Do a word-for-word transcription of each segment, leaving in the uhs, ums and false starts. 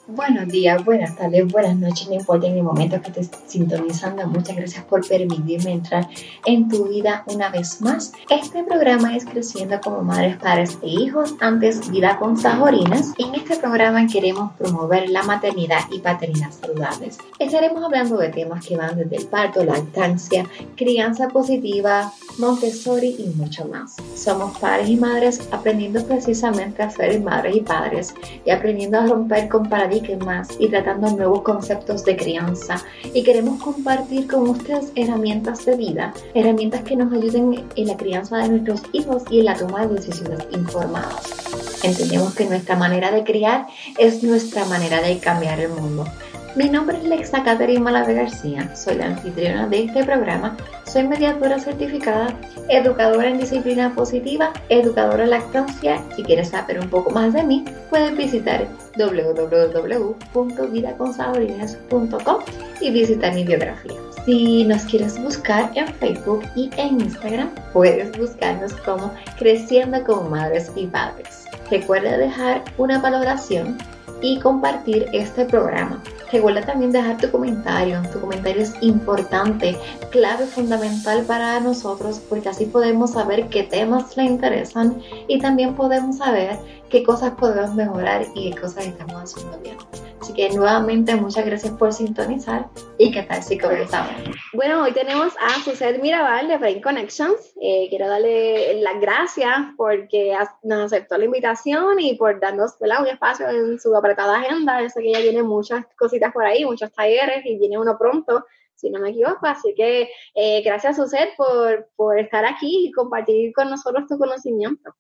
Buenos días, buenas tardes, buenas noches, no importa en el momento que estés sintonizando. Muchas gracias por permitirme entrar en tu vida una vez más. Este programa es Creciendo como Madres, Padres e Hijos, antes Vida con Sajorinas. En este programa queremos promover la maternidad y paternidad saludables. Estaremos hablando de temas que van desde el parto, lactancia, crianza positiva, Montessori y mucho más. Somos padres y madres aprendiendo precisamente a ser madres y padres y aprendiendo a romper con paradigmas más y tratando nuevos conceptos de crianza, y queremos compartir con ustedes herramientas de vida, herramientas que nos ayuden en la crianza de nuestros hijos y en la toma de decisiones informadas. Entendemos que nuestra manera de criar es nuestra manera de cambiar el mundo. Mi nombre es Lexa Catherine Malave García, soy la anfitriona de este programa, soy mediadora certificada, educadora en disciplina positiva, educadora en lactancia. Si quieres saber un poco más de mí, puedes visitar doble u doble u doble u punto vida con sajorinas punto com y visitar mi biografía. Si nos quieres buscar en Facebook y en Instagram, puedes buscarnos como Creciendo como Madres y Padres. Recuerda dejar una valoración y compartir este programa. Recuerda también dejar tu comentario. Tu comentario es importante, clave, fundamental para nosotros, porque así podemos saber qué temas le interesan y también podemos saber qué cosas podemos mejorar y qué cosas estamos haciendo bien. Así que nuevamente muchas gracias por sintonizar y qué tal si comenzamos. Bueno, hoy tenemos a Suzette Mirabal de Brain Connections. Eh, quiero darle las gracias porque nos aceptó la invitación y por darnos, ¿verdad?, un espacio en su apretada agenda. Yo sé que ella tiene muchas cositas por ahí, muchos talleres y viene uno pronto, si no me equivoco. Así que eh, gracias, Suzette, por, por estar aquí y compartir con nosotros tu conocimiento.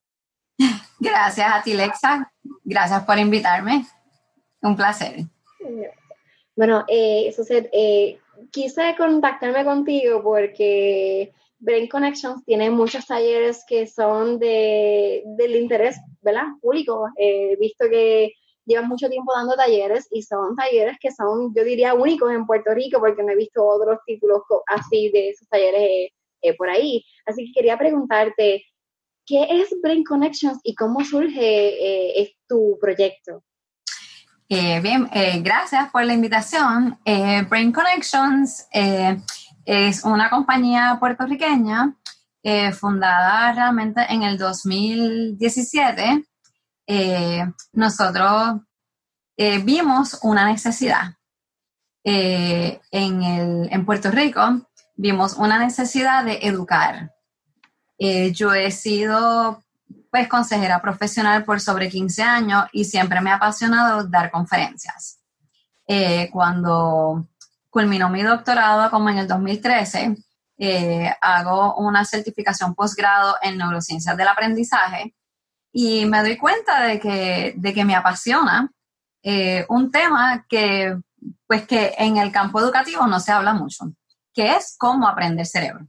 Gracias a ti, Lexa. Gracias por invitarme. Un placer. Bueno, eh, Suzette, eh, quise contactarme contigo porque Brain Connections tiene muchos talleres que son de, del interés, ¿verdad?, público. He eh, visto que llevan mucho tiempo dando talleres y son talleres que son, yo diría, únicos en Puerto Rico, porque no he visto otros títulos así de esos talleres eh, eh, por ahí. Así que quería preguntarte, ¿qué es Brain Connections y cómo surge eh, es tu proyecto? Eh, bien, eh, gracias por la invitación. Eh, Brain Connections eh, es una compañía puertorriqueña eh, fundada realmente en el dos mil diecisiete. Eh, nosotros eh, vimos una necesidad eh, en, el, en Puerto Rico, vimos una necesidad de educar. Eh, yo he sido pues consejera profesional por sobre quince años y siempre me ha apasionado dar conferencias. Eh, cuando culminó mi doctorado, como en el dos mil trece, eh, hago una certificación posgrado en neurociencias del aprendizaje y me doy cuenta de que, de que me apasiona eh, un tema que, pues que en el campo educativo no se habla mucho, que es cómo aprender el cerebro.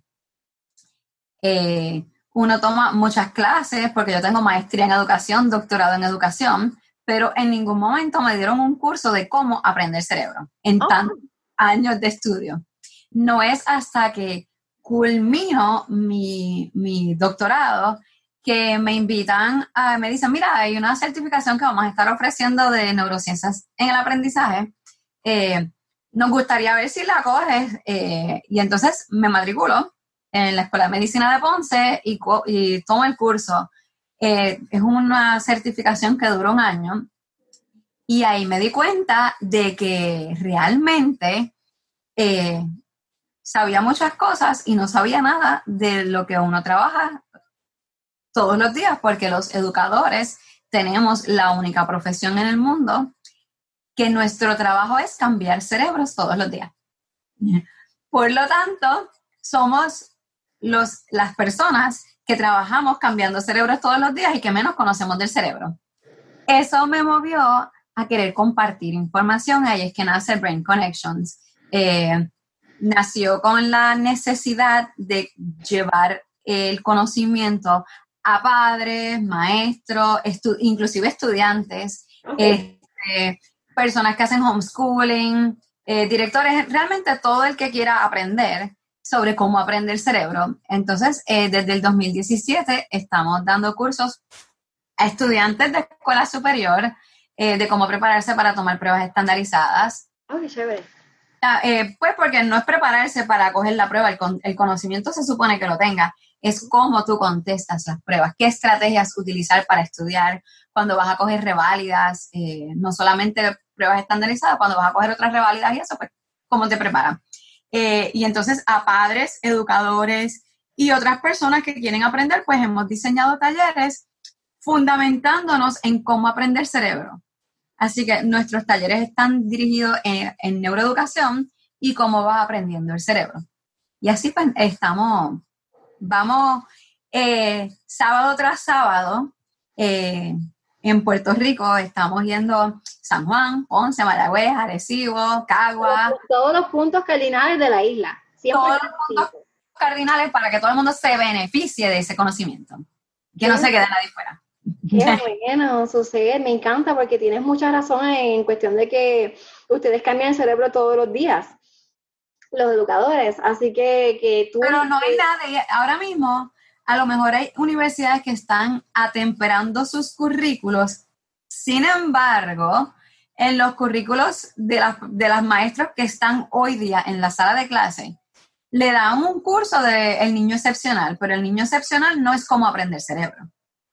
Eh, Uno toma muchas clases, porque yo tengo maestría en educación, doctorado en educación, pero en ningún momento me dieron un curso de cómo aprender cerebro en Oh. tantos años de estudio. No es hasta que culmino mi, mi doctorado que me invitan, a, me dicen, mira, hay una certificación que vamos a estar ofreciendo de neurociencias en el aprendizaje. Eh, nos gustaría ver si la coges. Eh, y entonces me matriculo en la Escuela de Medicina de Ponce y, y tomo el curso. Eh, es una certificación que dura un año y ahí me di cuenta de que realmente eh, sabía muchas cosas y no sabía nada de lo que uno trabaja todos los días, porque los educadores tenemos la única profesión en el mundo que nuestro trabajo es cambiar cerebros todos los días. Por lo tanto, somos Los, las personas que trabajamos cambiando cerebros todos los días y que menos conocemos del cerebro. Eso me movió a querer compartir información, ahí es que nace Brain Connections. Eh, nació con la necesidad de llevar el conocimiento a padres, maestros, estu- inclusive estudiantes, Okay. este, personas que hacen homeschooling, eh, directores, realmente todo el que quiera aprender sobre cómo aprender el cerebro. Entonces, eh, desde el dos mil diecisiete estamos dando cursos a estudiantes de escuela superior, eh, de cómo prepararse para tomar pruebas estandarizadas. Oh, qué chévere. Eh, pues porque no es prepararse para coger la prueba, el, con, el conocimiento se supone que lo tenga, es cómo tú contestas las pruebas, qué estrategias utilizar para estudiar, cuando vas a coger reválidas, eh, no solamente pruebas estandarizadas, cuando vas a coger otras reválidas y eso, pues cómo te preparan. Eh, y entonces a padres, educadores y otras personas que quieren aprender, pues hemos diseñado talleres fundamentándonos en cómo aprender cerebro. Así que nuestros talleres están dirigidos en, en neuroeducación y cómo vas aprendiendo el cerebro. Y así pues estamos, vamos eh, sábado tras sábado eh, en Puerto Rico, estamos yendo San Juan, Ponce, Mayagüez, Arecibo, Cagua. Todos, todos los puntos cardinales de la isla. Todos los puntos cardinales para que todo el mundo se beneficie de ese conocimiento. Que no se quede nadie fuera. Qué bueno, sucede, me encanta porque tienes mucha razón en cuestión de que ustedes cambian el cerebro todos los días, los educadores, así que, que tú... Pero no hay nada, ahora mismo a lo mejor hay universidades que están atemperando sus currículos, sin embargo, en los currículos de las, de las maestras que están hoy día en la sala de clase, le dan un curso de el niño excepcional, pero el niño excepcional no es cómo aprender cerebro.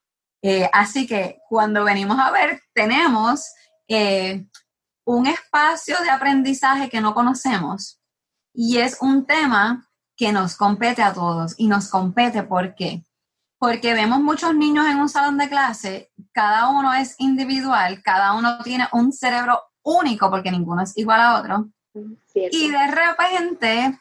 Eh, así que cuando venimos a ver, tenemos eh, un espacio de aprendizaje que no conocemos y es un tema que nos compete a todos. Y nos compete, ¿por qué? Porque vemos muchos niños en un salón de clase, cada uno es individual, cada uno tiene un cerebro único porque ninguno es igual a otro. Cierto. Y de repente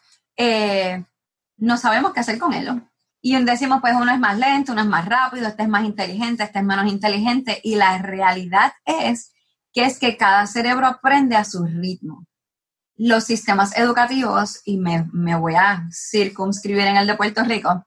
eh, no sabemos qué hacer con ellos. Y decimos, pues uno es más lento, uno es más rápido, este es más inteligente, este es menos inteligente. Y la realidad es que es que cada cerebro aprende a su ritmo. Los sistemas educativos, y me, me voy a circunscribir en el de Puerto Rico,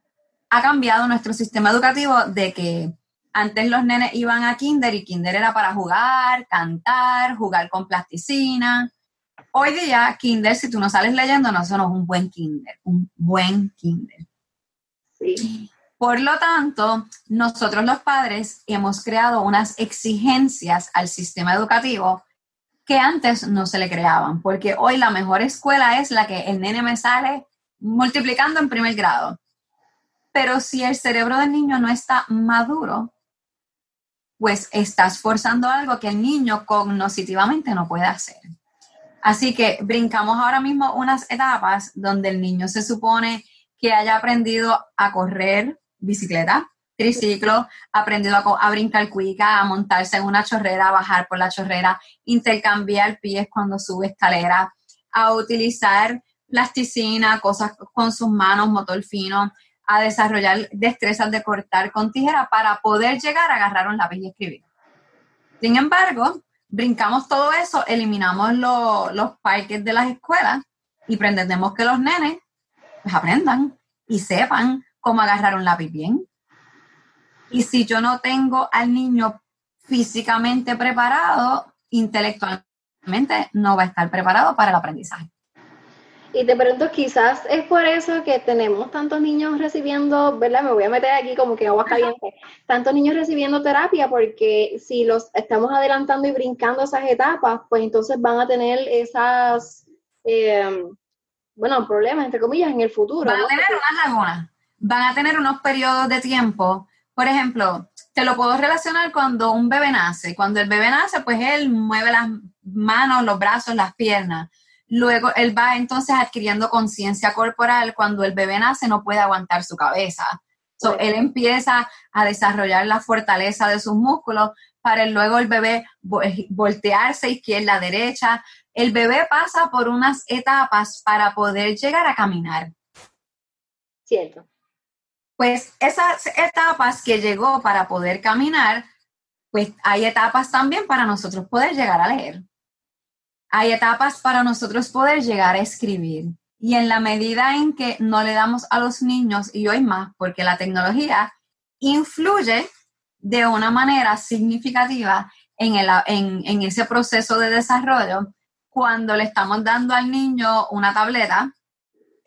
ha cambiado nuestro sistema educativo de que antes los nenes iban a kinder y kinder era para jugar, cantar, jugar con plasticina. Hoy día, kinder, si tú no sales leyendo, no, eso no es un buen kinder, un buen kinder. Sí. Por lo tanto, nosotros los padres hemos creado unas exigencias al sistema educativo que antes no se le creaban, porque hoy la mejor escuela es la que el nene me sale multiplicando en primer grado. Pero si el cerebro del niño no está maduro, pues estás forzando algo que el niño cognitivamente no puede hacer. Así que brincamos ahora mismo unas etapas donde el niño se supone que haya aprendido a correr bicicleta, triciclo, aprendido a, a brincar cuica, a montarse en una chorrera, a bajar por la chorrera, intercambiar pies cuando sube escalera, a utilizar plasticina, cosas con sus manos, motor fino, a desarrollar destrezas de cortar con tijera para poder llegar a agarrar un lápiz y escribir. Sin embargo, brincamos todo eso, eliminamos lo, los parques de las escuelas y pretendemos que los nenes pues aprendan y sepan cómo agarrar un lápiz bien. Y si yo no tengo al niño físicamente preparado, intelectualmente no va a estar preparado para el aprendizaje. Y te pregunto, quizás es por eso que tenemos tantos niños recibiendo, ¿verdad? Me voy a meter aquí como que agua caliente. Tantos niños recibiendo terapia, porque si los estamos adelantando y brincando esas etapas, pues entonces van a tener esas, eh, bueno, problemas, entre comillas, en el futuro. Van ¿no? a tener unas lagunas, van a tener unos periodos de tiempo. Por ejemplo, te lo puedo relacionar cuando un bebé nace. Cuando el bebé nace, pues él mueve las manos, los brazos, las piernas. Luego él va entonces adquiriendo conciencia corporal. Cuando el bebé nace no puede aguantar su cabeza. So, él empieza a desarrollar la fortaleza de sus músculos para luego el bebé voltearse izquierda, derecha. El bebé pasa por unas etapas para poder llegar a caminar. Cierto. Pues esas etapas que llegó para poder caminar, pues hay etapas también para nosotros poder llegar a leer. Hay etapas para nosotros poder llegar a escribir. Y en la medida en que no le damos a los niños, y hoy más, porque la tecnología influye de una manera significativa en, el, en, en ese proceso de desarrollo, cuando le estamos dando al niño una tableta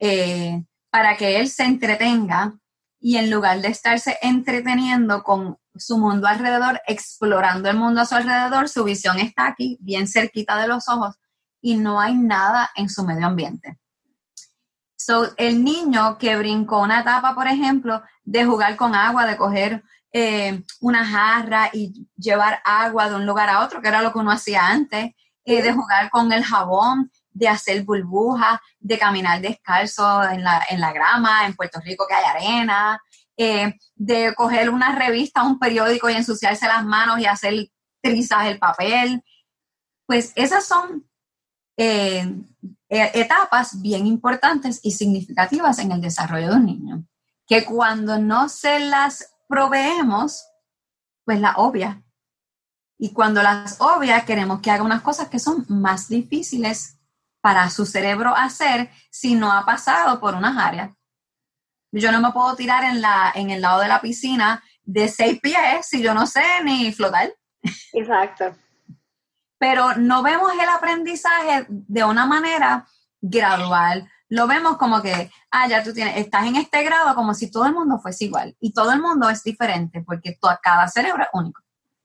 eh, para que él se entretenga, y en lugar de estarse entreteniendo con su mundo alrededor, explorando el mundo a su alrededor, su visión está aquí, bien cerquita de los ojos, y no hay nada en su medio ambiente. So, el niño que brincó una etapa, por ejemplo, de jugar con agua, de coger eh, una jarra y llevar agua de un lugar a otro, que era lo que uno hacía antes, eh, de jugar con el jabón, de hacer burbujas, de caminar descalzo en la, en la grama, en Puerto Rico que hay arena, eh, de coger una revista, un periódico y ensuciarse las manos y hacer trizas el papel. Pues esas son eh, etapas bien importantes y significativas en el desarrollo de un niño, que cuando no se las proveemos, pues las obvia. Y cuando las obvia, queremos que haga unas cosas que son más difíciles para su cerebro hacer si no ha pasado por unas áreas. Yo no me puedo tirar en, la, en el lado de la piscina de seis pies si yo no sé ni flotar. Exacto. Pero no vemos el aprendizaje de una manera gradual. Lo vemos como que, ah, ya tú tienes, estás en este grado como si todo el mundo fuese igual. Y todo el mundo es diferente porque todo, cada cerebro es único.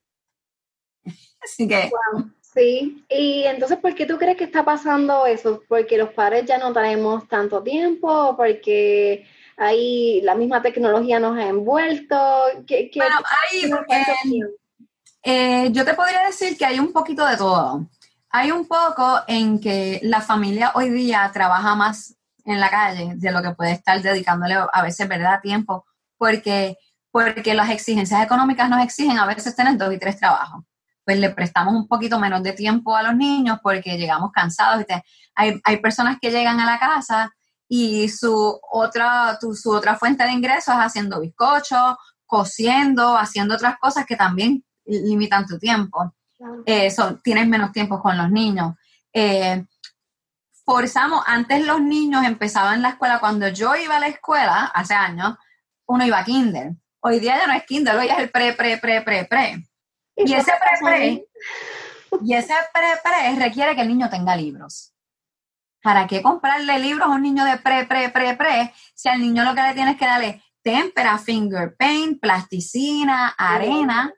Así que... Wow. Sí, y entonces, ¿por qué tú crees que está pasando eso? ¿Porque los padres ya no tenemos tanto tiempo? ¿Porque ahí la misma tecnología nos ha envuelto? ¿Qué, qué, bueno, hay, eh, eh, yo te podría decir que hay un poquito de todo. Hay un poco en que la familia hoy día trabaja más en la calle de lo que puede estar dedicándole a veces, ¿verdad?, tiempo, porque, porque las exigencias económicas nos exigen a veces tener dos y tres trabajos. Pues le prestamos un poquito menos de tiempo a los niños porque llegamos cansados. ¿Viste? Hay, hay personas que llegan a la casa y su otra, tu, su otra fuente de ingresos es haciendo bizcochos, cosiendo, haciendo otras cosas que también limitan tu tiempo. Eh, son, tienes menos tiempo con los niños. Eh, forzamos, antes los niños empezaban la escuela, cuando yo iba a la escuela, hace años, uno iba a kinder. Hoy día ya no es kinder, hoy es el pre, pre, pre, pre, pre. Y ese pre-pre, y ese pre-pre requiere que el niño tenga libros. ¿Para qué comprarle libros a un niño de pre-pre-pre-pre si al niño lo que le tienes que darle témpera, finger paint, plasticina, arena,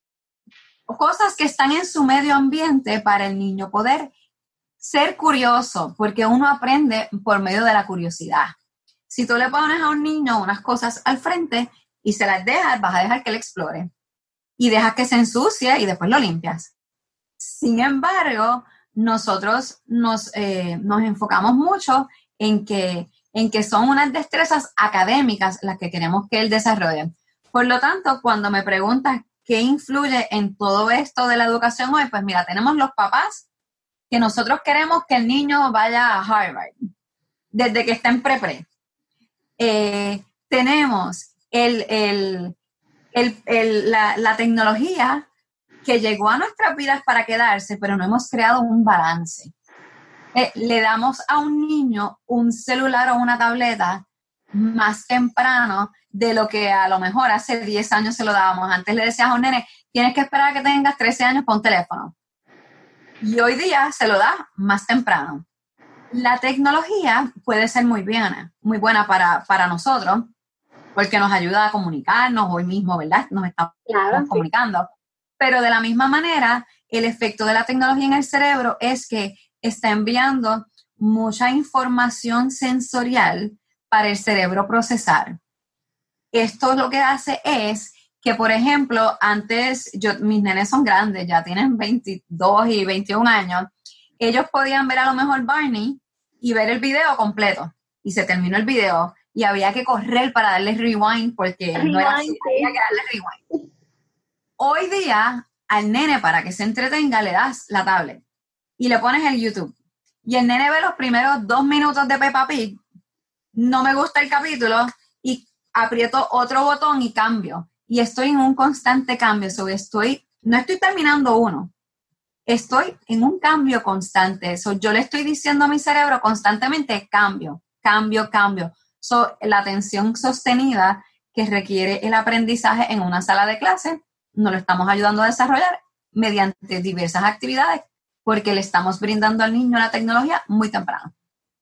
cosas que están en su medio ambiente para el niño poder ser curioso, porque uno aprende por medio de la curiosidad. Si tú le pones a un niño unas cosas al frente y se las dejas, vas a dejar que él explore. Y dejas que se ensucie y después lo limpias. Sin embargo, nosotros nos, eh, nos enfocamos mucho en que, en que son unas destrezas académicas las que queremos que él desarrolle. Por lo tanto, cuando me preguntas qué influye en todo esto de la educación hoy, pues mira, tenemos los papás que nosotros queremos que el niño vaya a Harvard desde que está en pre-pre. Eh, tenemos el... el El, el, la, la tecnología que llegó a nuestras vidas para quedarse, pero no hemos creado un balance. Eh, le damos a un niño un celular o una tableta más temprano de lo que a lo mejor hace diez años se lo dábamos. Antes le decías a un nene, tienes que esperar a que tengas trece años para un teléfono. Y hoy día se lo da más temprano. La tecnología puede ser muy buena, muy buena para, para nosotros, porque nos ayuda a comunicarnos hoy mismo, ¿verdad? Nos estamos claro, comunicando. Sí. Pero de la misma manera, el efecto de la tecnología en el cerebro es que está enviando mucha información sensorial para el cerebro procesar. Esto lo que hace es que, por ejemplo, antes, yo, mis nenes son grandes, ya tienen veintidós y veintiún años, ellos podían ver a lo mejor Barney y ver el video completo. Y se terminó el video. Y había que correr para darle rewind porque rewind, no era así, había que darle rewind. Hoy día, al nene, para que se entretenga, le das la tablet y le pones el YouTube. Y el nene ve los primeros dos minutos de Peppa Pig, no me gusta el capítulo y aprieto otro botón y cambio. Y estoy en un constante cambio. So estoy, no estoy terminando uno, estoy en un cambio constante. So yo le estoy diciendo a mi cerebro constantemente cambio, cambio, cambio. So, la atención sostenida que requiere el aprendizaje en una sala de clase, nos lo estamos ayudando a desarrollar mediante diversas actividades porque le estamos brindando al niño la tecnología muy temprano.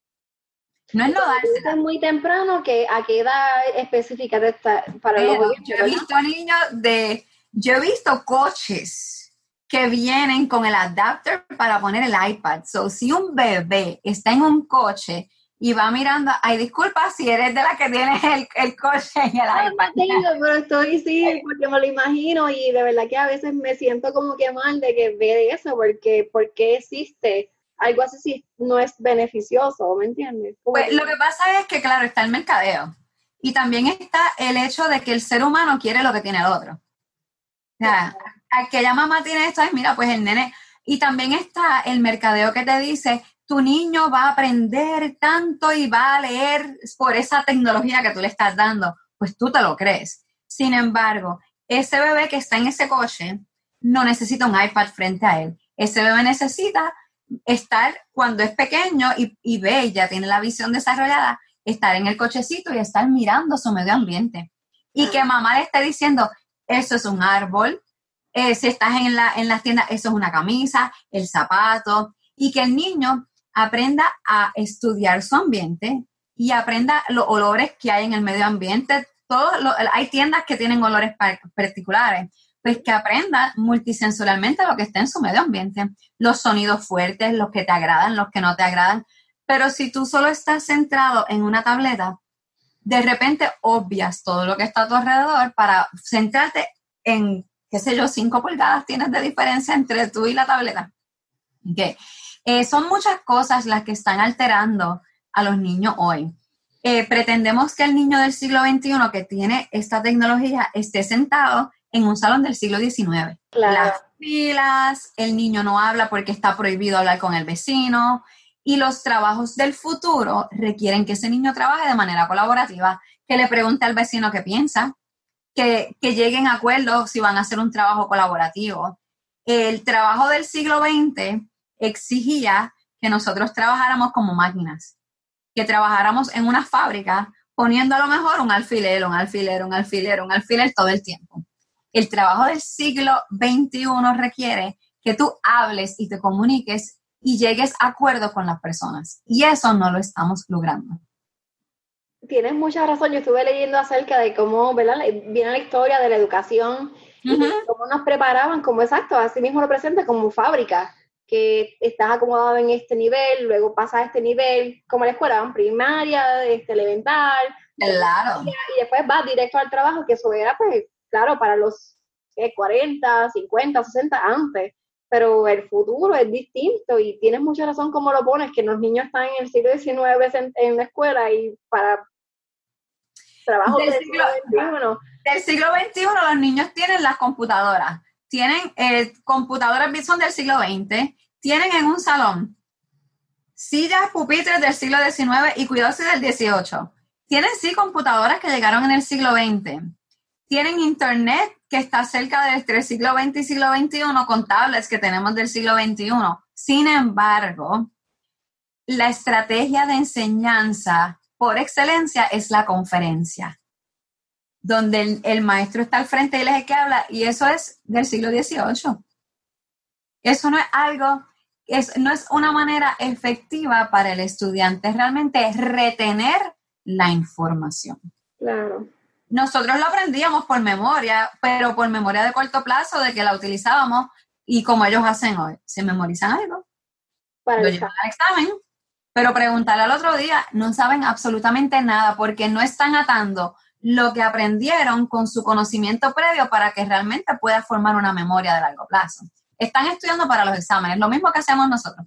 No es no dársela. Es muy temprano, que ¿a qué edad específica está para Pero, los yo he visto niños de Yo he visto coches que vienen con el adapter para poner el iPad. So, si un bebé está en un coche y va mirando, ay, disculpa si eres de la que tienes el, el coche en el No, iPad. no tengo, pero estoy, sí, porque me lo imagino y de verdad que a veces me siento como que mal de que ve eso, porque ¿por qué existe algo así si no es beneficioso? ¿Me entiendes? Como Pues que- lo que pasa es que, claro, está el mercadeo. Y también está el hecho de que el ser humano quiere lo que tiene el otro. O sea, aquella mamá tiene esto, es mira, pues el nene. Y también está el mercadeo que te dice, tu niño va a aprender tanto y va a leer por esa tecnología que tú le estás dando. Pues tú te lo crees. Sin embargo, ese bebé que está en ese coche no necesita un iPad frente a él. Ese bebé necesita estar cuando es pequeño y, y ve, y ya tiene la visión desarrollada, estar en el cochecito y estar mirando su medio ambiente. Y que mamá le esté diciendo, eso es un árbol, eh, si estás en la, en las tiendas, eso es una camisa, el zapato, y que el niño aprenda a estudiar su ambiente y aprenda los olores que hay en el medio ambiente. Todo lo, hay tiendas que tienen olores particulares, pues que aprenda multisensorialmente lo que está en su medio ambiente, los sonidos fuertes, los que te agradan, los que no te agradan. Pero si tú solo estás centrado en una tableta, de repente obvias todo lo que está a tu alrededor para centrarte en, qué sé yo, cinco pulgadas tienes de diferencia entre tú y la tableta. Okay. Eh, son muchas cosas las que están alterando a los niños hoy. Eh, pretendemos que el niño del siglo veintiuno que tiene esta tecnología esté sentado en un salón del siglo diecinueve. Claro. Las filas, el niño no habla porque está prohibido hablar con el vecino, y los trabajos del futuro requieren que ese niño trabaje de manera colaborativa, que le pregunte al vecino qué piensa, que, que lleguen a acuerdos si van a hacer un trabajo colaborativo. El trabajo del siglo veinte exigía que nosotros trabajáramos como máquinas, que trabajáramos en una fábrica poniendo a lo mejor un alfiler, un alfiler, un alfiler, un alfiler todo el tiempo. El trabajo del siglo veintiuno requiere que tú hables y te comuniques y llegues a acuerdo con las personas. Y eso no lo estamos logrando. Tienes mucha razón. Yo estuve leyendo acerca de cómo, ¿verdad? Viene la historia de la educación y uh-huh. cómo nos preparaban, como exacto, así mismo lo presenta como fábrica, que estás acomodado en este nivel, luego pasas a este nivel, como la escuela, en primaria, este, elemental. Claro. Y después vas directo al trabajo, que eso era, pues, claro, para los ¿qué? cuarenta, cincuenta, sesenta antes. Pero el futuro es distinto y tienes mucha razón como lo pones, que los niños están en el siglo diecinueve en, en la escuela y para trabajo del, del siglo veintiuno. Del siglo veintiuno los niños tienen las computadoras, tienen eh, computadoras son del siglo veinte, tienen en un salón sillas, pupitres del siglo diecinueve y cuidado si del dieciocho. Tienen sí computadoras que llegaron en el siglo veinte. Tienen internet que está cerca de entre el siglo veinte y siglo veintiuno con tablets que tenemos del siglo veintiuno. Sin embargo, la estrategia de enseñanza por excelencia es la conferencia, donde el, el maestro está al frente y él es el que habla, y eso es del siglo dieciocho. Eso no es algo, es, no es una manera efectiva para el estudiante realmente retener la información. Claro. Nosotros lo aprendíamos por memoria, pero por memoria de corto plazo, de que la utilizábamos, y como ellos hacen hoy, se memorizan algo, para lo llevan al examen, pero preguntarle al otro día, no saben absolutamente nada, porque no están atando lo que aprendieron con su conocimiento previo para que realmente pueda formar una memoria de largo plazo. Están estudiando para los exámenes, lo mismo que hacemos nosotros.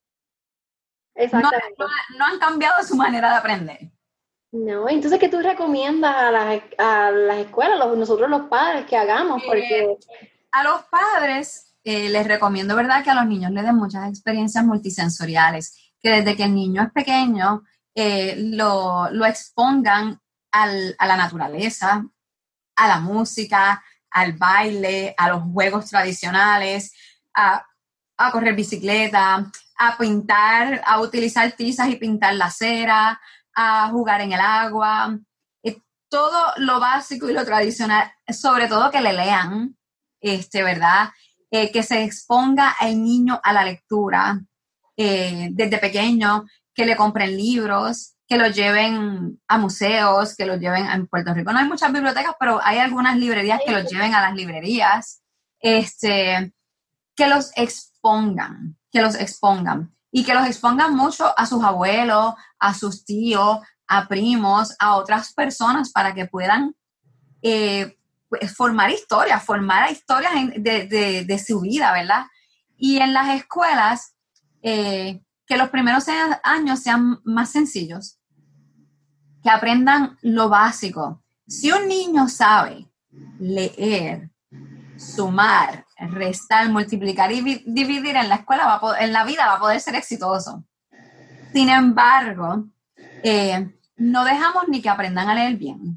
Exactamente. No, no, no han cambiado su manera de aprender. No, entonces, ¿qué tú recomiendas a las, a las escuelas, los, nosotros los padres, que hagamos? Porque eh, a los padres eh, les recomiendo, ¿verdad?, que a los niños les den muchas experiencias multisensoriales, que desde que el niño es pequeño eh, lo, lo expongan al, a la naturaleza, a la música, al baile, a los juegos tradicionales, a, a correr bicicleta, a pintar, a utilizar tizas y pintar la cera, a jugar en el agua, eh, todo lo básico y lo tradicional, sobre todo que le lean, este, ¿verdad? Eh, que se exponga el niño a la lectura eh, desde pequeño, que le compren libros, que los lleven a museos, que los lleven en Puerto Rico. No hay muchas bibliotecas, pero hay algunas librerías que los lleven a las librerías, este, que los expongan, que los expongan y que los expongan mucho a sus abuelos, a sus tíos, a primos, a otras personas para que puedan eh, formar historias, formar historias en, de, de, de su vida, ¿verdad? Y en las escuelas, eh, que los primeros años sean más sencillos, que aprendan lo básico. Si un niño sabe leer, sumar, restar, multiplicar y vi- dividir en la escuela, va a poder, en la vida va a poder ser exitoso. Sin embargo, eh, no dejamos ni que aprendan a leer bien.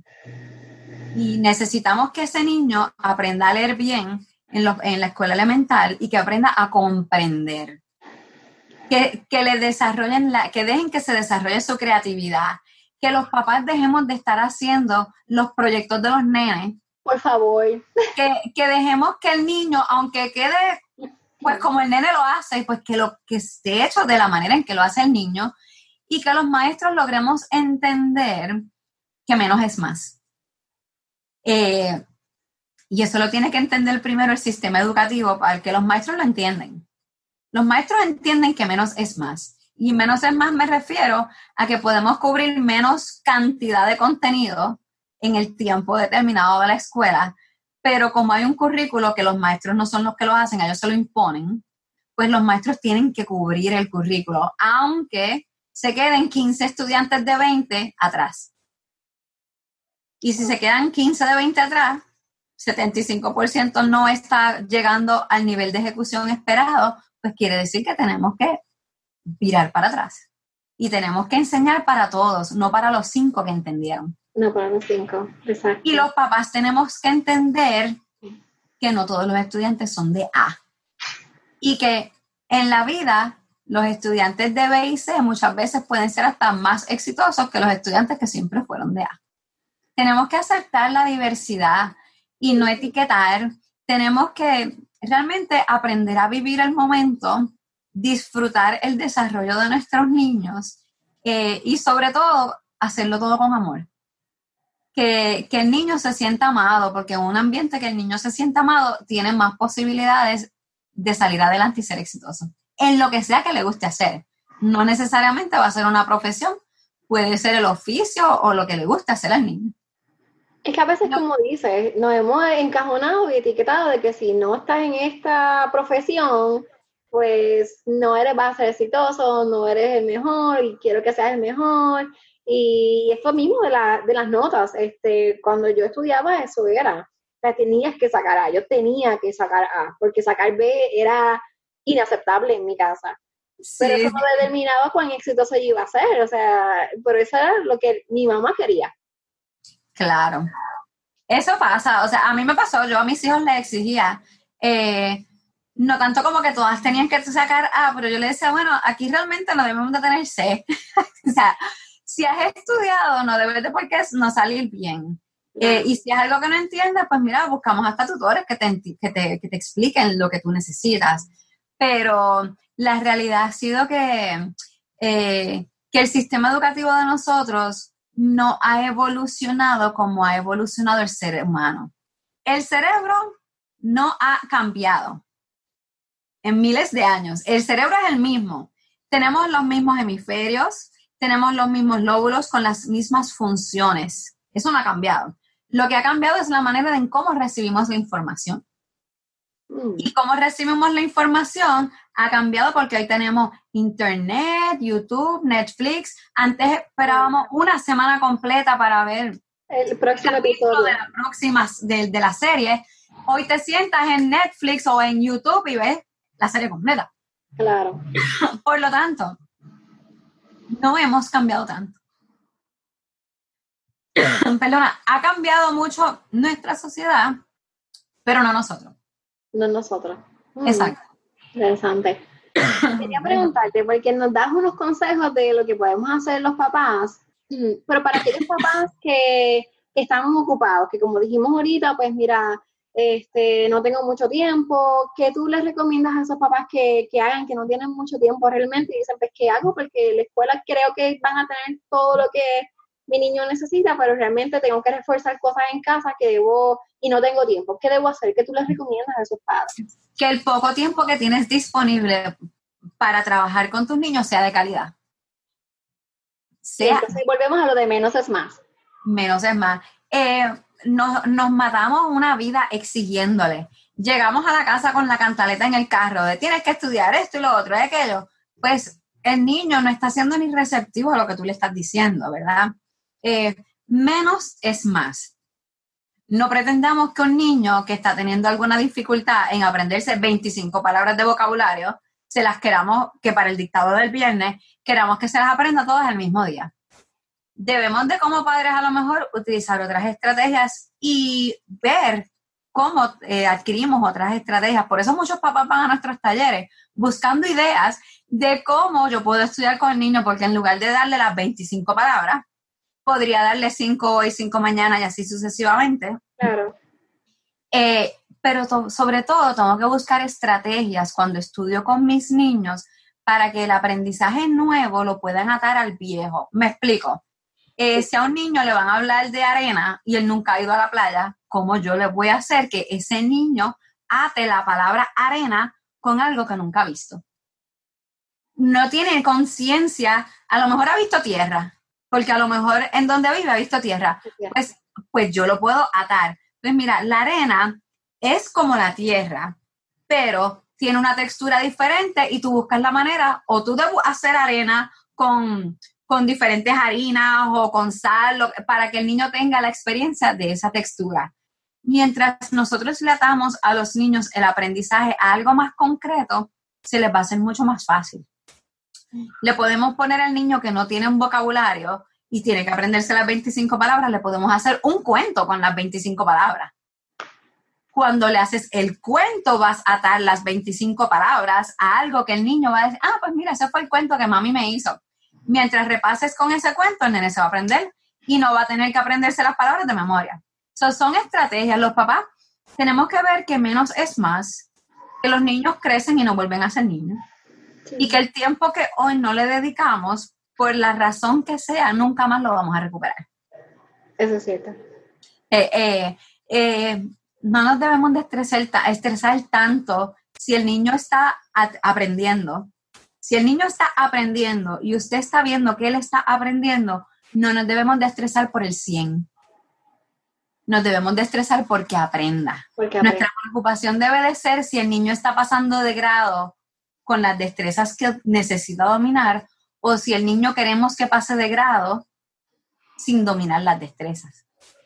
Y necesitamos que ese niño aprenda a leer bien en, lo, en la escuela elemental y que aprenda a comprender. Que, que le desarrollen la, que dejen que se desarrolle su creatividad, que los papás dejemos de estar haciendo los proyectos de los nenes. Por favor. Que, que dejemos que el niño, aunque quede pues como el nene lo hace, pues que lo que esté hecho de la manera en que lo hace el niño, y que los maestros logremos entender que menos es más. Eh, y eso lo tiene que entender primero el sistema educativo para que los maestros lo entiendan. Los maestros entienden que menos es más. Y menos es más me refiero a que podemos cubrir menos cantidad de contenido en el tiempo determinado de la escuela, pero como hay un currículo que los maestros no son los que lo hacen, ellos se lo imponen, pues los maestros tienen que cubrir el currículo, aunque se queden quince estudiantes de veinte atrás. Y si se quedan quince de veinte atrás, setenta y cinco por ciento no está llegando al nivel de ejecución esperado, pues quiere decir que tenemos que virar para atrás. Y tenemos que enseñar para todos, no para los cinco que entendieron. No, para los cinco, exacto. Y los papás tenemos que entender que no todos los estudiantes son de A. Y que en la vida los estudiantes de B y C muchas veces pueden ser hasta más exitosos que los estudiantes que siempre fueron de A. Tenemos que aceptar la diversidad y no etiquetar. Tenemos que realmente aprender a vivir el momento, disfrutar el desarrollo de nuestros niños eh, y sobre todo hacerlo todo con amor. Que, que el niño se sienta amado, porque en un ambiente que el niño se sienta amado tiene más posibilidades de salir adelante y ser exitoso. En lo que sea que le guste hacer. No necesariamente va a ser una profesión, puede ser el oficio o lo que le guste hacer al niño. Es que a veces, no. como dices, nos hemos encajonado y etiquetado de que si no estás en esta profesión, pues no eres, vas a ser exitoso, no eres el mejor y quiero que seas el mejor. Y esto mismo de, la, de las notas, este, cuando yo estudiaba eso era, o sea, tenías que sacar A, yo tenía que sacar A, porque sacar B era inaceptable en mi casa. Sí. Pero eso no determinaba cuán exitoso yo iba a ser, o sea, pero eso era lo que mi mamá quería. Claro. Eso pasa, o sea, a mí me pasó, yo a mis hijos les exigía, eh, no tanto como que todas tenían que sacar A, pero yo les decía, bueno, aquí realmente no debemos de tener C. O sea, si has estudiado, no debes de por qué no salir bien. Eh, y si es algo que no entiendes, pues mira, buscamos hasta tutores que te, que te, que te expliquen lo que tú necesitas. Pero la realidad ha sido que, eh, que el sistema educativo de nosotros no ha evolucionado como ha evolucionado el ser humano. El cerebro no ha cambiado en miles de años. El cerebro es el mismo. Tenemos los mismos hemisferios, tenemos los mismos lóbulos con las mismas funciones. Eso no ha cambiado. Lo que ha cambiado es la manera en cómo recibimos la información. Mm. Y cómo recibimos la información ha cambiado porque hoy tenemos internet, YouTube, Netflix. Antes esperábamos una semana completa para ver el próximo episodio de la próxima de, de la serie. Hoy te sientas en Netflix o en YouTube y ves la serie completa. Claro. Por lo tanto, no hemos cambiado tanto. Perdona, ha cambiado mucho nuestra sociedad, pero no nosotros. No nosotros. Mm. Exacto. Interesante. Quería preguntarte, porque nos das unos consejos de lo que podemos hacer los papás, pero para aquellos papás que, que están ocupados, que como dijimos ahorita, pues mira, este, no tengo mucho tiempo. ¿Qué tú les recomiendas a esos papás que, que hagan, que no tienen mucho tiempo realmente y dicen, pues, ¿qué hago? Porque la escuela creo que van a tener todo lo que mi niño necesita, pero realmente tengo que reforzar cosas en casa que debo y no tengo tiempo. ¿Qué debo hacer? ¿Qué tú les recomiendas a esos padres? Que el poco tiempo que tienes disponible para trabajar con tus niños sea de calidad. Sea, y entonces volvemos a lo de menos es más. Menos es más. Eh, nos, nos matamos una vida exigiéndole. Llegamos a la casa con la cantaleta en el carro de tienes que estudiar esto y lo otro y aquello. Pues el niño no está siendo ni receptivo a lo que tú le estás diciendo, ¿verdad? Eh, menos es más. No pretendamos que un niño que está teniendo alguna dificultad en aprenderse veinticinco palabras de vocabulario, se las queramos, que para el dictado del viernes, queramos que se las aprenda todas el mismo día. Debemos de como padres a lo mejor utilizar otras estrategias y ver cómo eh, adquirimos otras estrategias. Por eso muchos papás van a nuestros talleres buscando ideas de cómo yo puedo estudiar con el niño, porque en lugar de darle las veinticinco palabras, podría darle cinco hoy, cinco mañana y así sucesivamente. Claro. Eh, pero to- sobre todo tengo que buscar estrategias cuando estudio con mis niños para que el aprendizaje nuevo lo puedan atar al viejo. Me explico. Eh, si a un niño le van a hablar de arena y él nunca ha ido a la playa, ¿cómo yo le voy a hacer que ese niño ate la palabra arena con algo que nunca ha visto? No tiene conciencia, a lo mejor ha visto tierra, porque a lo mejor en donde vive ha visto tierra. Pues, pues yo lo puedo atar. Pues mira, la arena es como la tierra, pero tiene una textura diferente y tú buscas la manera o tú debes hacer arena con... con diferentes harinas o con sal, lo, para que el niño tenga la experiencia de esa textura. Mientras nosotros le atamos a los niños el aprendizaje a algo más concreto, se les va a hacer mucho más fácil. Le podemos poner al niño que no tiene un vocabulario y tiene que aprenderse las veinticinco palabras, le podemos hacer un cuento con las veinticinco palabras. Cuando le haces el cuento, vas a atar las veinticinco palabras a algo que el niño va a decir, ah, pues mira, ese fue el cuento que mami me hizo. Mientras repases con ese cuento, el nene se va a aprender y no va a tener que aprenderse las palabras de memoria. So, son estrategias. Los papás tenemos que ver que menos es más, que los niños crecen y no vuelven a ser niños. Sí. Y que el tiempo que hoy no le dedicamos, por la razón que sea, nunca más lo vamos a recuperar. Eso es cierto. Eh, eh, eh, no nos debemos de estresar, estresar tanto si el niño está a- aprendiendo. Si el niño está aprendiendo y usted está viendo que él está aprendiendo, no nos debemos de estresar por el cien. Nos debemos de estresar porque aprenda. Porque aprenda. Nuestra preocupación debe de ser si el niño está pasando de grado con las destrezas que necesita dominar o si el niño queremos que pase de grado sin dominar las destrezas.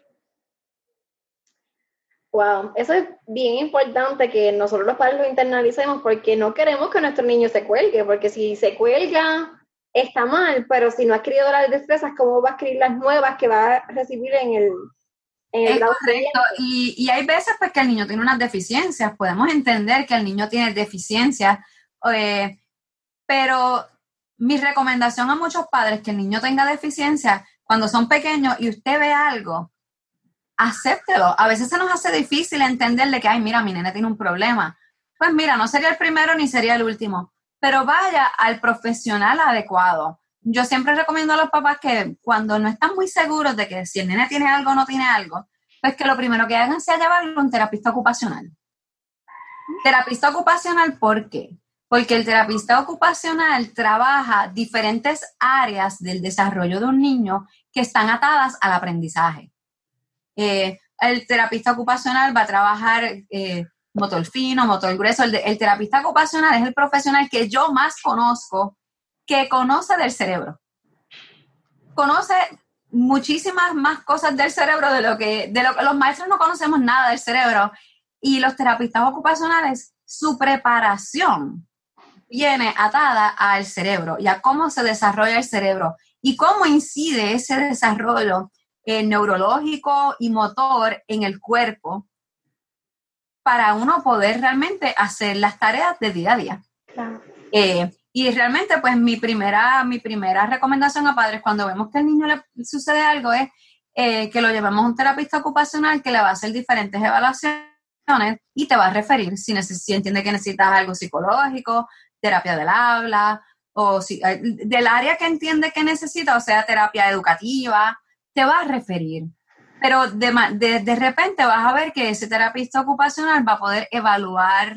Wow, eso es bien importante que nosotros los padres lo internalicemos porque no queremos que nuestro niño se cuelgue, porque si se cuelga está mal, pero si no ha adquirido las destrezas, ¿cómo va a adquirir las nuevas que va a recibir en el, en el es grado correcto, y, y hay veces pues que el niño tiene unas deficiencias, podemos entender que el niño tiene deficiencias, eh, pero mi recomendación a muchos padres que el niño tenga deficiencias, cuando son pequeños y usted ve algo, acéptelo. A veces se nos hace difícil entenderle que, ay, mira, mi nene tiene un problema. Pues mira, no sería el primero ni sería el último, pero vaya al profesional adecuado. Yo siempre recomiendo a los papás que cuando no están muy seguros de que si el nene tiene algo o no tiene algo, pues que lo primero que hagan sea llevarlo a un terapista ocupacional. Terapista ocupacional, ¿por qué? Porque el terapista ocupacional trabaja diferentes áreas del desarrollo de un niño que están atadas al aprendizaje. Eh, el terapista ocupacional va a trabajar eh, motor fino, motor grueso. El, de, el terapista ocupacional es el profesional que yo más conozco, que conoce del cerebro. Conoce muchísimas más cosas del cerebro de lo que, de lo que los maestros no conocemos nada del cerebro. Y los terapistas ocupacionales, su preparación viene atada al cerebro y a cómo se desarrolla el cerebro y cómo incide ese desarrollo Eh, neurológico y motor en el cuerpo para uno poder realmente hacer las tareas de día a día. Claro. Eh, y realmente, pues, mi primera, mi primera recomendación a padres cuando vemos que al niño le sucede algo es eh, que lo llevemos a un terapista ocupacional que le va a hacer diferentes evaluaciones y te va a referir si, neces- si entiende que necesitas algo psicológico, terapia del habla, o si, del área que entiende que necesita, o sea, terapia educativa, te va a referir. Pero de, de, de repente vas a ver que ese terapista ocupacional va a poder evaluar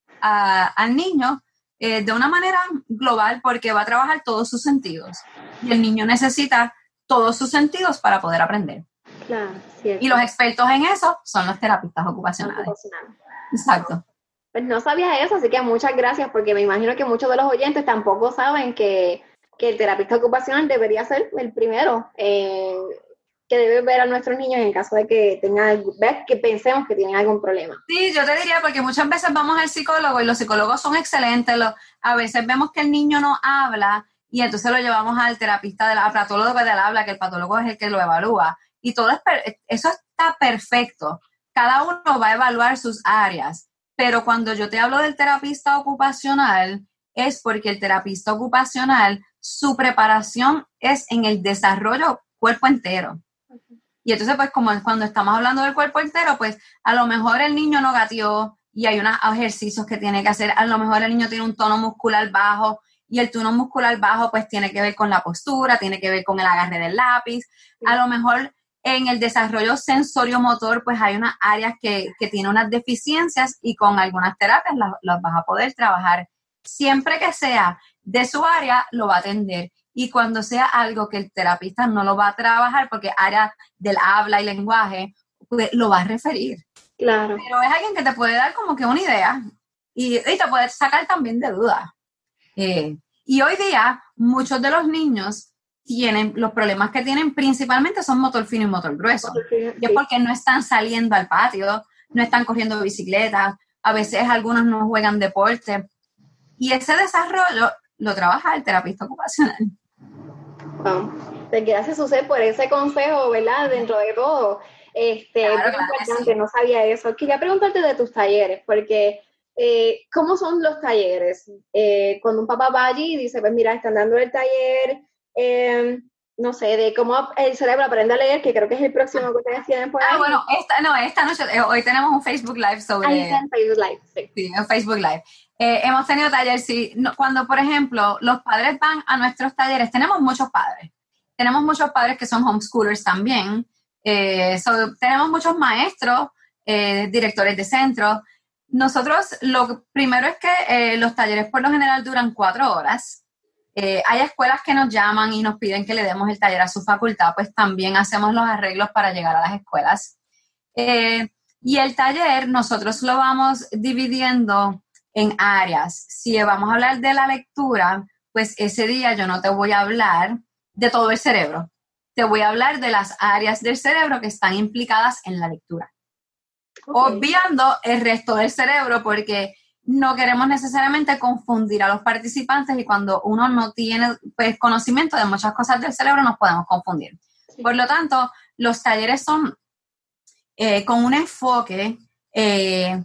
a, al niño eh, de una manera global porque va a trabajar todos sus sentidos. Y el niño necesita todos sus sentidos para poder aprender. Claro, cierto. Y los expertos en eso son los terapistas ocupacionales. Ocupacional. Exacto. Pues no sabía eso, así que muchas gracias, porque me imagino que muchos de los oyentes tampoco saben que, que el terapista ocupacional debería ser el primero eh, que debe ver a nuestros niños en caso de que tengan, que pensemos que tienen algún problema. Sí, yo te diría, porque muchas veces vamos al psicólogo y los psicólogos son excelentes, lo, a veces vemos que el niño no habla y entonces lo llevamos al terapista, del, al patólogo del habla, que el patólogo es el que lo evalúa. Y todo es, eso está perfecto. Cada uno va a evaluar sus áreas. Pero cuando yo te hablo del terapista ocupacional, es porque el terapista ocupacional, su preparación es en el desarrollo cuerpo entero. Y entonces, pues, como cuando estamos hablando del cuerpo entero, pues, a lo mejor el niño no gateó y hay unos ejercicios que tiene que hacer. A lo mejor el niño tiene un tono muscular bajo y el tono muscular bajo, pues, tiene que ver con la postura, tiene que ver con el agarre del lápiz. A lo mejor en el desarrollo sensorio-motor, pues, hay unas áreas que, que tienen unas deficiencias y con algunas terapias las, las vas a poder trabajar. Siempre que sea de su área, lo va a atender. Y cuando sea algo que el terapista no lo va a trabajar, porque área del habla y lenguaje, pues lo va a referir. Claro. Pero es alguien que te puede dar como que una idea y, y te puede sacar también de dudas. Eh, y hoy día, muchos de los niños tienen, los problemas que tienen principalmente son motor fino y motor grueso. Motor fino, y es sí. Porque no están saliendo al patio, no están corriendo bicicleta, a veces algunos no juegan deporte. Y ese desarrollo lo trabaja el terapista ocupacional. Wow. Pues gracias, Suset, por ese consejo, ¿verdad? Dentro de todo. Este, claro, muy claro importante, sí. No sabía eso. Quería preguntarte de tus talleres, porque eh, ¿cómo son los talleres? Eh, cuando un papá va allí y dice, pues mira, están dando el taller, eh, no sé, de cómo el cerebro aprende a leer, que creo que es el próximo que ustedes tienen por ahí. Ah, bueno, esta, no, esta noche, eh, hoy tenemos un Facebook Live sobre... Ahí está en Facebook Live, sí. Sí, en Facebook Live. Eh, hemos tenido talleres, sí, no, cuando, por ejemplo, los padres van a nuestros talleres, tenemos muchos padres. Tenemos muchos padres que son homeschoolers también. Eh, so, tenemos muchos maestros, eh, directores de centros. Nosotros, lo primero es que eh, los talleres por lo general duran cuatro horas. Eh, hay escuelas que nos llaman y nos piden que le demos el taller a su facultad, pues también hacemos los arreglos para llegar a las escuelas. Eh, y el taller nosotros lo vamos dividiendo en áreas. Si vamos a hablar de la lectura, pues ese día yo no te voy a hablar de todo el cerebro. Te voy a hablar de las áreas del cerebro que están implicadas en la lectura. Okay. Obviando el resto del cerebro porque no queremos necesariamente confundir a los participantes y cuando uno no tiene pues, conocimiento de muchas cosas del cerebro nos podemos confundir. Sí. Por lo tanto, los talleres son eh, con un enfoque eh,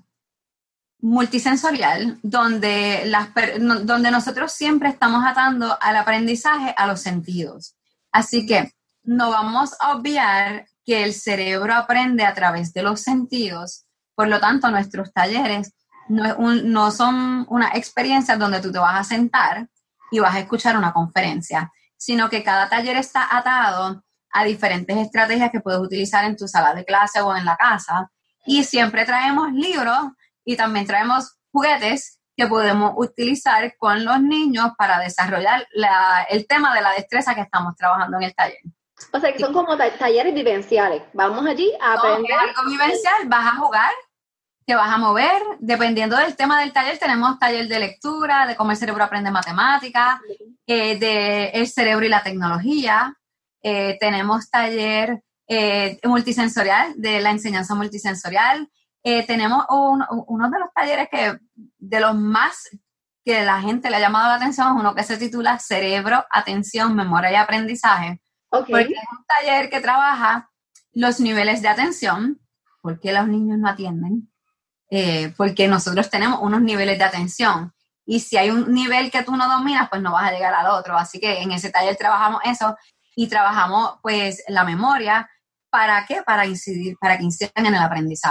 multisensorial donde, las, donde nosotros siempre estamos atando al aprendizaje a los sentidos. Así que no vamos a obviar que el cerebro aprende a través de los sentidos. Por lo tanto, nuestros talleres no, es un, no son una experiencia donde tú te vas a sentar y vas a escuchar una conferencia, sino que cada taller está atado a diferentes estrategias que puedes utilizar en tu sala de clase o en la casa. Y siempre traemos libros y también traemos juguetes que podemos utilizar con los niños para desarrollar la, el tema de la destreza que estamos trabajando en el taller. O sea, que son como talleres vivenciales. Vamos allí a aprender. No, es algo vivencial, vas a jugar, te vas a mover. Dependiendo del tema del taller, tenemos taller de lectura, de cómo el cerebro aprende matemáticas, eh, de el cerebro y la tecnología. Eh, tenemos taller eh, multisensorial, de la enseñanza multisensorial. Eh, tenemos un, uno de los talleres que, de los más que la gente le ha llamado la atención, es uno que se titula Cerebro, Atención, Memoria y Aprendizaje. Okay. Porque es un taller que trabaja los niveles de atención, porque los niños no atienden, eh, porque nosotros tenemos unos niveles de atención y si hay un nivel que tú no dominas, pues no vas a llegar al otro. Así que en ese taller trabajamos eso y trabajamos pues la memoria. ¿Para qué? Para incidir, para que incidan en el aprendizaje.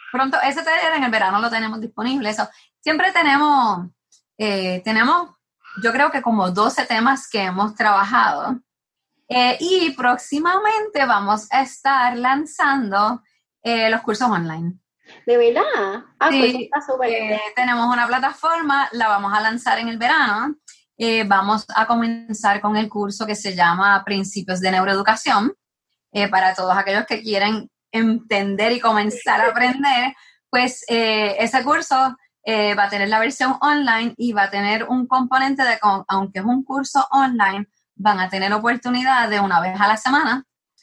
pronto, ese taller en el verano lo tenemos disponible. Eso. Siempre tenemos, eh, tenemos, yo creo que como doce temas que hemos trabajado. Eh, y próximamente vamos a estar lanzando eh, los cursos online. ¿De verdad? Ah, sí, pues está súper. Eh, tenemos una plataforma, la vamos a lanzar en el verano. Eh, vamos a comenzar con el curso que se llama Principios de Neuroeducación. Eh, para todos aquellos que quieren entender y comenzar a aprender, pues eh, ese curso eh, va a tener la versión online y va a tener un componente de, aunque es un curso online, van a tener oportunidad de una vez a la semana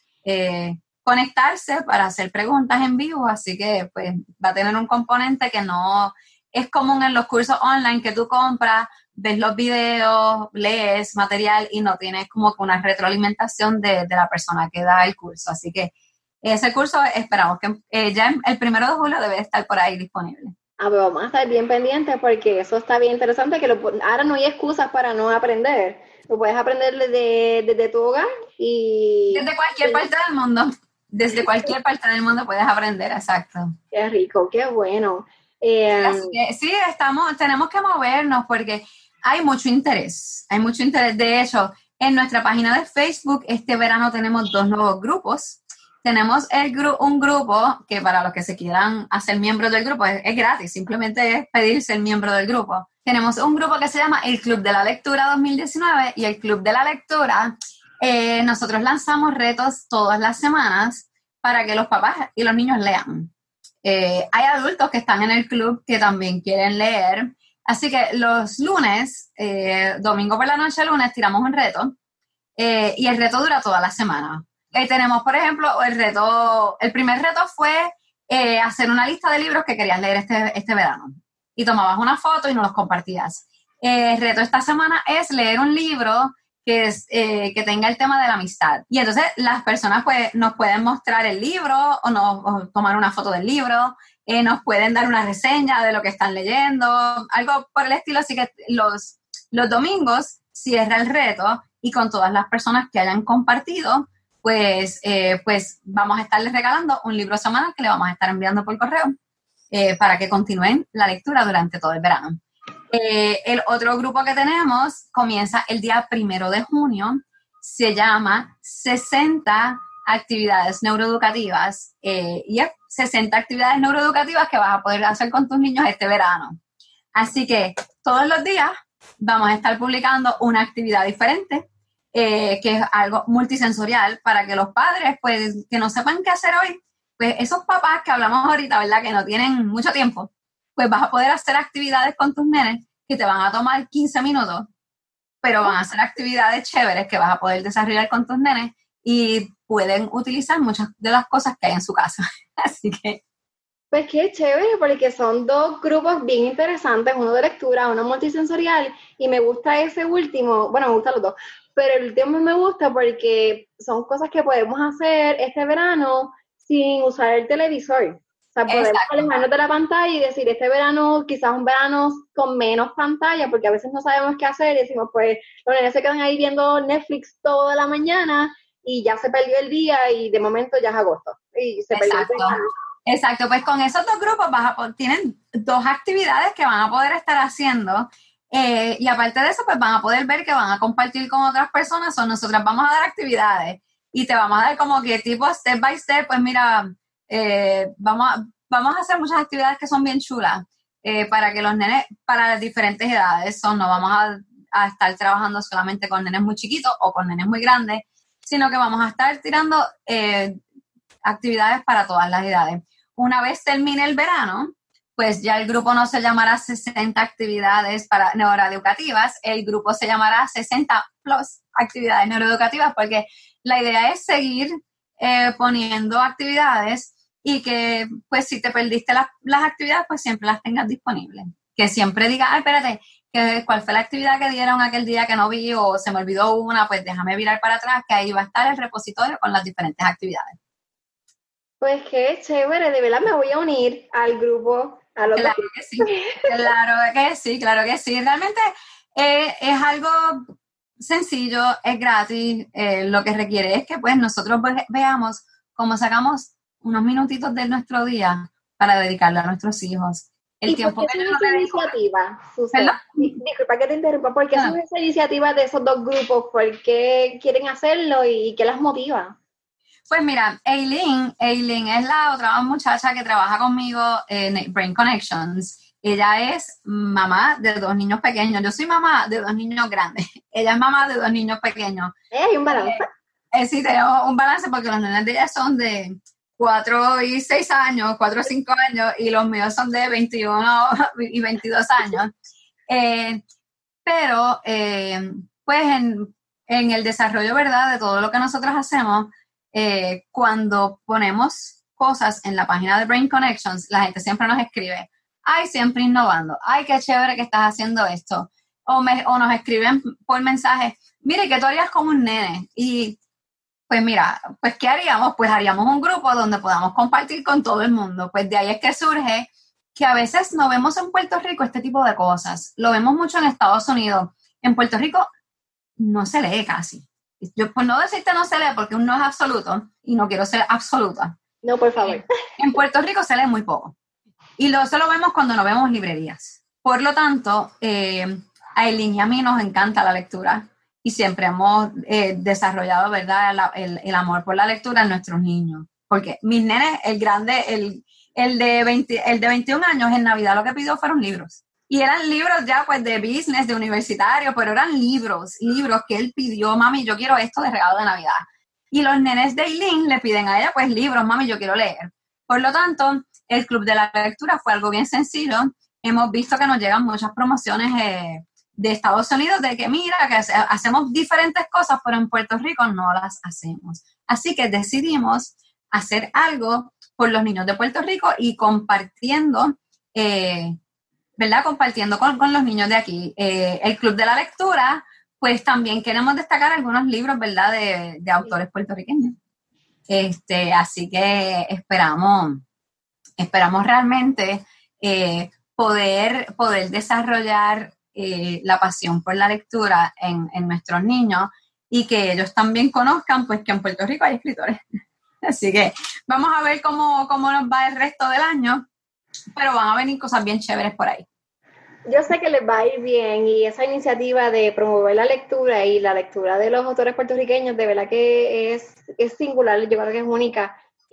eh, conectarse para hacer preguntas en vivo, así que pues va a tener un componente que no es común en los cursos online, que tú compras, ves los videos, lees material y no tienes como que una retroalimentación de, de la persona que da el curso. Así que ese curso esperamos que eh, ya el primero de julio debe estar por ahí disponible. Ah, pero vamos a estar bien pendientes porque eso está bien interesante, que lo, ahora no hay excusas para no aprender. Lo puedes aprender desde, desde tu hogar y... Desde cualquier parte del mundo. Desde cualquier parte del mundo puedes aprender, exacto. Qué rico, qué bueno. Eh, Así que, sí, estamos, tenemos que movernos porque hay mucho interés, hay mucho interés. De hecho, en nuestra página de Facebook, este verano tenemos dos nuevos grupos. Tenemos el gru- un grupo que para los que se quieran hacer miembros del grupo es, es gratis, simplemente es pedirse el miembro del grupo. Tenemos un grupo que se llama el Club de la Lectura dos mil diecinueve y el Club de la Lectura, eh, nosotros lanzamos retos todas las semanas para que los papás y los niños lean. Eh, hay adultos que están en el club que también quieren leer, así que los lunes, eh, domingo por la noche, lunes, tiramos un reto eh, y el reto dura toda la semana. Eh, tenemos, por ejemplo, el reto, el primer reto fue eh, hacer una lista de libros que querías leer este, este verano y tomabas una foto y nos los compartías. Eh, el reto esta semana es leer un libro que, es, eh, que tenga el tema de la amistad. Y entonces las personas pues, nos pueden mostrar el libro o, nos, o tomar una foto del libro, eh, nos pueden dar una reseña de lo que están leyendo, algo por el estilo. Así que los, los domingos cierra el reto y con todas las personas que hayan compartido, pues, eh, pues vamos a estarles regalando un libro semanal que le vamos a estar enviando por correo eh, para que continúen la lectura durante todo el verano. Eh, el otro grupo que tenemos comienza el día primero de junio, se llama sesenta actividades neuroeducativas eh, y es sesenta actividades neuroeducativas que vas a poder hacer con tus niños este verano. Así que todos los días vamos a estar publicando una actividad diferente, eh, que es algo multisensorial para que los padres, pues, que no sepan qué hacer hoy, pues esos papás que hablamos ahorita, ¿verdad?, que no tienen mucho tiempo, pues vas a poder hacer actividades con tus nenes que te van a tomar quince minutos, pero van a ser actividades chéveres que vas a poder desarrollar con tus nenes y pueden utilizar muchas de las cosas que hay en su casa. Así que... Pues qué chévere, porque son dos grupos bien interesantes, uno de lectura, uno multisensorial, y me gusta ese último, bueno, me gustan los dos, pero el último me gusta porque son cosas que podemos hacer este verano sin usar el televisor. O sea, podemos alejarnos de la pantalla y decir, este verano, quizás un verano con menos pantalla, porque a veces no sabemos qué hacer y decimos, pues, los nenes se quedan ahí viendo Netflix toda la mañana y ya se perdió el día y de momento ya es agosto. Y se perdió el verano. Exacto, pues con esos dos grupos vas a, tienen dos actividades que van a poder estar haciendo eh, y aparte de eso, pues van a poder ver que van a compartir con otras personas o nosotras vamos a dar actividades y te vamos a dar como que tipo step by step, pues mira, eh, vamos, a, vamos a hacer muchas actividades que son bien chulas eh, para que los nenes, para las diferentes edades, son, no vamos a, a estar trabajando solamente con nenes muy chiquitos o con nenes muy grandes, sino que vamos a estar tirando eh, actividades para todas las edades. Una vez termine el verano, pues ya el grupo no se llamará sesenta actividades para neuroeducativas, el grupo se llamará sesenta plus actividades neuroeducativas, porque la idea es seguir eh, poniendo actividades y que, pues, si te perdiste las, las actividades, pues siempre las tengas disponibles. Que siempre digas, ay, espérate, que, ¿cuál fue la actividad que dieron aquel día que no vi o se me olvidó una? Pues déjame virar para atrás, que ahí va a estar el repositorio con las diferentes actividades. Pues qué chévere, de verdad me voy a unir al grupo. A los claro que sí, claro que sí, claro que sí. Realmente eh, es algo sencillo, es gratis, eh, lo que requiere es que pues nosotros ve- veamos cómo sacamos unos minutitos de nuestro día para dedicarle a nuestros hijos. El ¿Y tiempo por qué que yo son no esas dedico... iniciativas, Susan? ¿Perdón? Disculpa que te interrumpa, ¿por qué No. son esas iniciativas de esos dos grupos? ¿Por qué quieren hacerlo y qué las motiva? Pues mira, Eileen, Eileen es la otra muchacha que trabaja conmigo en Brain Connections. Ella es mamá de dos niños pequeños. Yo soy mamá de dos niños grandes. Ella es mamá de dos niños pequeños. ¿Eh? ¿Hay un balance? Eh, eh, sí, tenemos un balance porque los nenes de ella son de cuatro y seis años, cuatro o cinco años, y los míos son de veintiuno y veintidós años. Eh, pero, eh, pues, en, en el desarrollo, ¿verdad?, de todo lo que nosotros hacemos, eh, cuando ponemos cosas en la página de Brain Connections, la gente siempre nos escribe, ay, siempre innovando, ay, qué chévere que estás haciendo esto. O, me, o nos escriben por mensaje, mire, ¿qué tú harías con un nene? Y pues mira, pues ¿qué haríamos? Pues haríamos un grupo donde podamos compartir con todo el mundo. Pues de ahí es que surge que a veces no vemos en Puerto Rico este tipo de cosas. Lo vemos mucho en Estados Unidos. En Puerto Rico no se lee casi. Yo, por no decirte no se lee, porque no es absoluto, y no quiero ser absoluta. No, por favor. En Puerto Rico se lee muy poco. Y lo, eso lo vemos cuando no vemos librerías. Por lo tanto, eh, a Eileen y a mí nos encanta la lectura. Y siempre hemos eh, desarrollado, ¿verdad?, el, el, el amor por la lectura en nuestros niños. Porque mis nenes, el grande, el, el, de veinte, el de veintiún años, en Navidad lo que pidió fueron libros. Y eran libros ya, pues, de business, de universitario, pero eran libros, libros que él pidió, mami, yo quiero esto de regalo de Navidad. Y los nenes de Eileen le piden a ella, pues, libros, mami, yo quiero leer. Por lo tanto, el Club de la Lectura fue algo bien sencillo. Hemos visto que nos llegan muchas promociones eh, de Estados Unidos de que mira, que hacemos diferentes cosas, pero en Puerto Rico no las hacemos. Así que decidimos hacer algo por los niños de Puerto Rico y compartiendo, eh, ¿verdad? Compartiendo con, con los niños de aquí. Eh, el Club de la Lectura, pues también queremos destacar algunos libros, ¿verdad?, de, de autores puertorriqueños. Este, así que esperamos, esperamos realmente eh, poder, poder desarrollar Eh, la pasión por la lectura en, en nuestros niños y que ellos también conozcan, pues, que en Puerto Rico hay escritores. Así que vamos a ver cómo, cómo nos va el resto del año, pero van a venir cosas bien chéveres por ahí. Yo sé que les va a ir bien y esa iniciativa de promover la lectura y la lectura de los autores puertorriqueños, de verdad que es, es singular, yo creo que es única.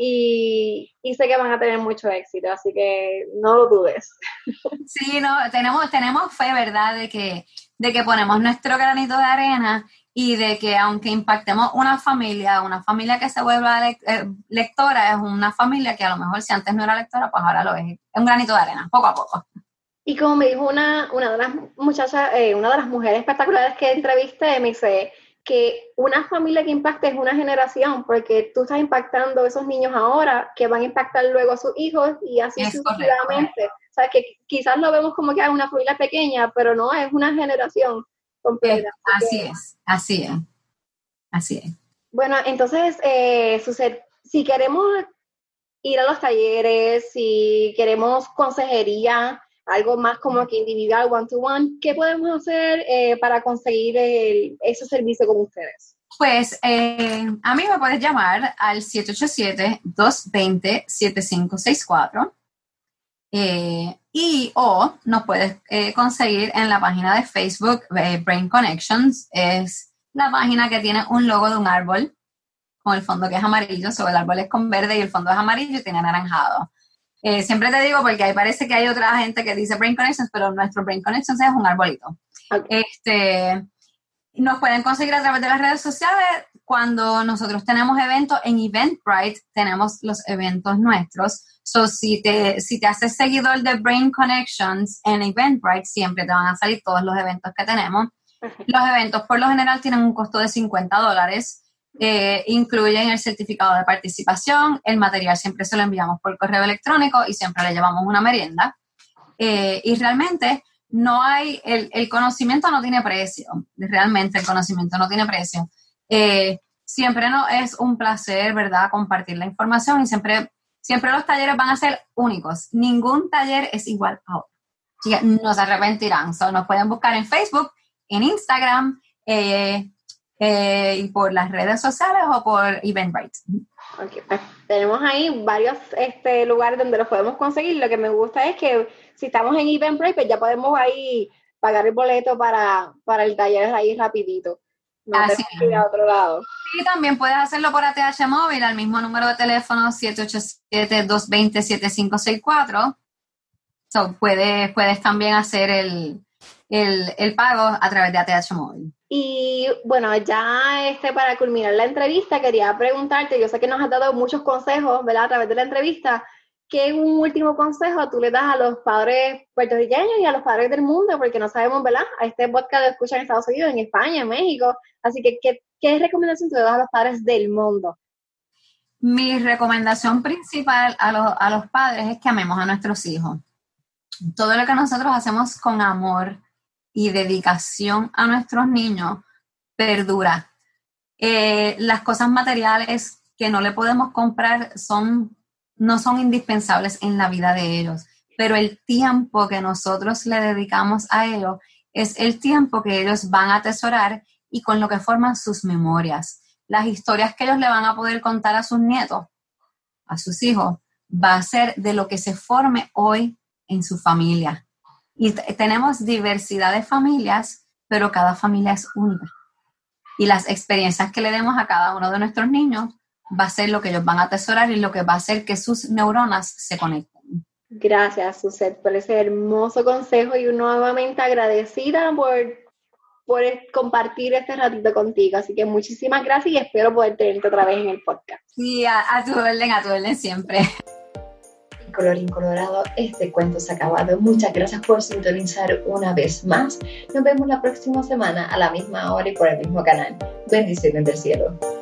Y, y sé que van a tener mucho éxito, así que no lo dudes. Sí, no, tenemos, tenemos fe, ¿verdad?, de que, de que ponemos nuestro granito de arena y de que aunque impactemos una familia, una familia que se vuelva le, eh, lectora, es una familia que a lo mejor si antes no era lectora, pues ahora lo es. Es un granito de arena, poco a poco. Y como me dijo una, una de las muchachas, eh, una de las mujeres espectaculares que entrevisté, me dice que una familia que impacta es una generación, porque tú estás impactando a esos niños ahora, que van a impactar luego a sus hijos y así Es sucesivamente. correcto. O sea, que quizás lo vemos como que es una familia pequeña, pero no, es una generación completa. Es, así que, es, así es, así es. Bueno, entonces, eh, Suset, si queremos ir a los talleres, si queremos consejería, algo más como que individual, one-to-one, ¿qué podemos hacer eh, para conseguir el, ese servicio con ustedes? Pues eh, a mí me puedes llamar al siete ocho siete, dos dos cero, siete cinco seis cuatro eh, y o nos puedes eh, conseguir en la página de Facebook eh, Brain Connections. Es la página que tiene un logo de un árbol con el fondo que es amarillo, sobre el árbol es con verde y el fondo es amarillo y tiene anaranjado. Eh, siempre te digo porque ahí parece que hay otra gente que dice Brain Connections, pero nuestro Brain Connections es un arbolito. Okay. Este, nos pueden conseguir a través de las redes sociales. Cuando nosotros tenemos eventos en Eventbrite, tenemos los eventos nuestros. So, si te, si te haces seguidor de Brain Connections en Eventbrite, siempre te van a salir todos los eventos que tenemos. Uh-huh. Los eventos por lo general tienen un costo de cincuenta dólares. Eh, incluyen el certificado de participación, el material siempre se lo enviamos por correo electrónico y siempre le llevamos una merienda. Eh, y realmente no hay, el, el conocimiento no tiene precio, realmente el conocimiento no tiene precio. Eh, siempre no, es un placer, ¿verdad?, compartir la información y siempre, siempre los talleres van a ser únicos. Ningún taller es igual a otro. Así que no se arrepentirán. So, nos pueden buscar en Facebook, en Instagram, eh, Eh, y por las redes sociales o por Eventbrite. Okay, pues, tenemos ahí varios este, lugares donde los podemos conseguir. Lo que me gusta es que si estamos en Eventbrite, pues ya podemos ahí pagar el boleto para, para el taller ahí rapidito. No Así tenemos que ir a otro lado. Y también puedes hacerlo por A T H Móvil al mismo número de teléfono siete ocho siete, dos dos cero, siete cinco seis cuatro. So, puedes, puedes también hacer el, el, el pago a través de A T H Móvil. Y bueno, ya este, para culminar la entrevista, quería preguntarte, yo sé que nos has dado muchos consejos, ¿verdad? A través de la entrevista, ¿qué un último consejo tú le das a los padres puertorriqueños y a los padres del mundo? Porque no sabemos, ¿verdad? A este podcast lo escuchan en Estados Unidos, en España, en México. Así que, ¿qué, qué recomendación tú le das a los padres del mundo? Mi recomendación principal a, lo, a los padres es que amemos a nuestros hijos. Todo lo que nosotros hacemos con amor y dedicación a nuestros niños perdura. Eh, las cosas materiales que no le podemos comprar son, no son indispensables en la vida de ellos, pero el tiempo que nosotros le dedicamos a ellos es el tiempo que ellos van a atesorar y con lo que forman sus memorias. Las historias que ellos le van a poder contar a sus nietos, a sus hijos, va a ser de lo que se forme hoy en su familia. Y t- tenemos diversidad de familias, pero cada familia es única. Y las experiencias que le demos a cada uno de nuestros niños va a ser lo que ellos van a atesorar y lo que va a hacer que sus neuronas se conecten. Gracias, Suzette, por ese hermoso consejo y nuevamente agradecida por, por compartir este ratito contigo. Así que muchísimas gracias y espero poder tenerte otra vez en el podcast. Sí, a, a tu orden, a tu orden siempre. Colorín colorado, este cuento se ha acabado. Muchas gracias por sintonizar una vez más. Nos vemos la próxima semana a la misma hora y por el mismo canal. Bendiciones del cielo.